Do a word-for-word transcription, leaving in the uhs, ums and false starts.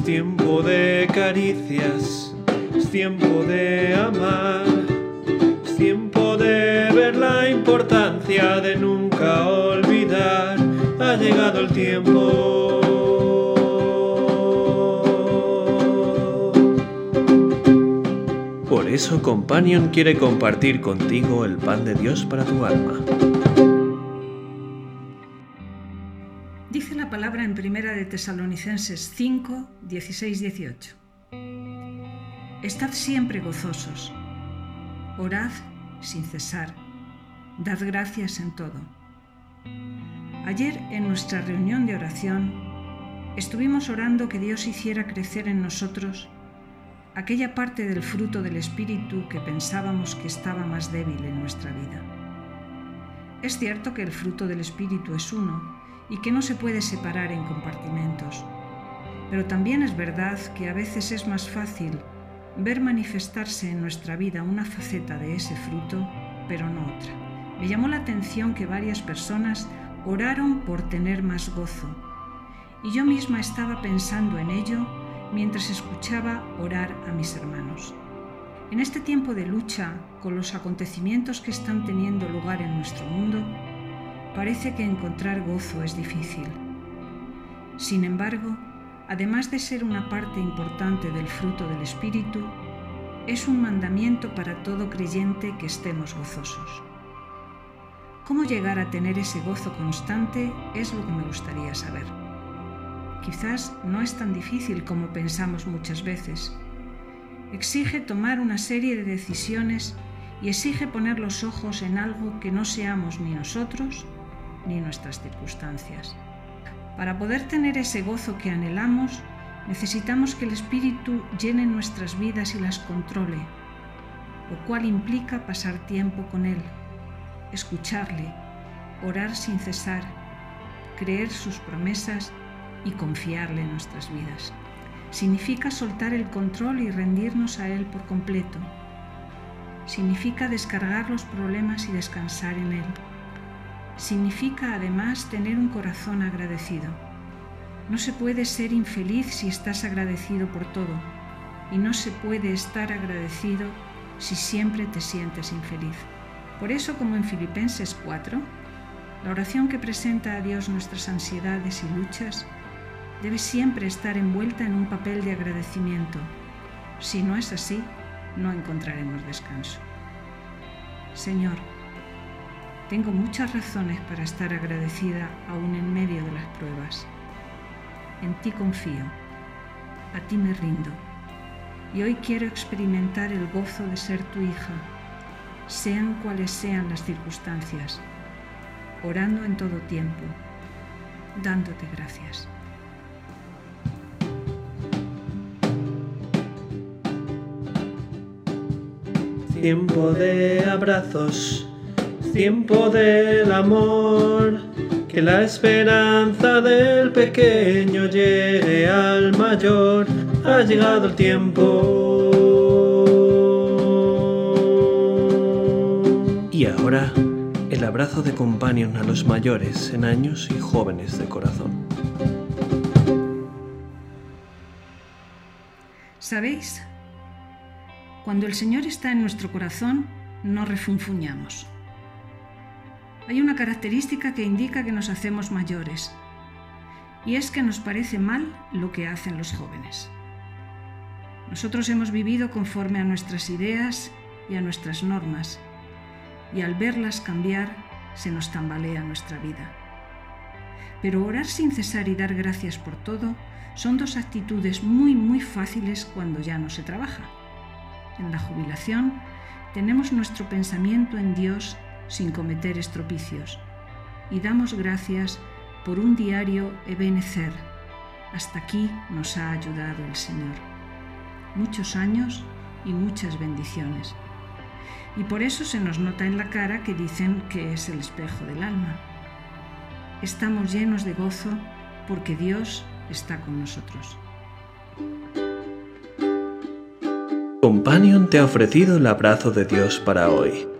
Es tiempo de caricias, es tiempo de amar, es tiempo de ver la importancia de nunca olvidar. Ha llegado el tiempo. Por eso Companion quiere compartir contigo el pan de Dios para tu alma. Dice la palabra en Primera de Tesalonicenses cinco, dieciséis, dieciocho. Estad siempre gozosos, orad sin cesar, dad gracias en todo. Ayer en nuestra reunión de oración estuvimos orando que Dios hiciera crecer en nosotros aquella parte del fruto del Espíritu que pensábamos que estaba más débil en nuestra vida. Es cierto que el fruto del Espíritu es uno y que no se puede separar en compartimentos, pero también es verdad que a veces es más fácil ver manifestarse en nuestra vida una faceta de ese fruto, pero no otra. Me llamó la atención que varias personas oraron por tener más gozo, y yo misma estaba pensando en ello mientras escuchaba orar a mis hermanos. En este tiempo de lucha con los acontecimientos que están teniendo lugar en nuestro mundo, parece que encontrar gozo es difícil. Sin embargo, además de ser una parte importante del fruto del Espíritu, es un mandamiento para todo creyente que estemos gozosos. ¿Cómo llegar a tener ese gozo constante? Es lo que me gustaría saber. Quizás no es tan difícil como pensamos muchas veces. Exige tomar una serie de decisiones y exige poner los ojos en algo que no seamos ni nosotros ni nuestras circunstancias. Para poder tener ese gozo que anhelamos, necesitamos que el Espíritu llene nuestras vidas y las controle, lo cual implica pasar tiempo con Él, escucharle, orar sin cesar, creer sus promesas y confiarle en nuestras vidas. Significa soltar el control y rendirnos a Él por completo. Significa descargar los problemas y descansar en Él. Significa además tener un corazón agradecido. No se puede ser infeliz si estás agradecido por todo, y no se puede estar agradecido si siempre te sientes infeliz. Por eso, como en Filipenses cuatro, la oración que presenta a Dios nuestras ansiedades y luchas debe siempre estar envuelta en un papel de agradecimiento. Si no es así, no encontraremos descanso. Señor, tengo muchas razones para estar agradecida aún en medio de las pruebas. En ti confío, a ti me rindo, y hoy quiero experimentar el gozo de ser tu hija, sean cuales sean las circunstancias, orando en todo tiempo, dándote gracias. Tiempo de abrazos, tiempo del amor, que la esperanza del pequeño llegue al mayor. Ha llegado el tiempo. Y ahora, el abrazo de Companion a los mayores en años y jóvenes de corazón. ¿Sabéis? Cuando el Señor está en nuestro corazón, no refunfuñamos. Hay una característica que indica que nos hacemos mayores, y es que nos parece mal lo que hacen los jóvenes. Nosotros hemos vivido conforme a nuestras ideas y a nuestras normas, y al verlas cambiar, se nos tambalea nuestra vida. Pero orar sin cesar y dar gracias por todo son dos actitudes muy, muy fáciles cuando ya no se trabaja. En la jubilación tenemos nuestro pensamiento en Dios sin cometer estropicios y damos gracias por un diario Ebenezer. Hasta aquí nos ha ayudado el Señor. Muchos años y muchas bendiciones. Y por eso se nos nota en la cara que dicen que es el espejo del alma. Estamos llenos de gozo porque Dios está con nosotros. Companion te ha ofrecido el abrazo de Dios para hoy.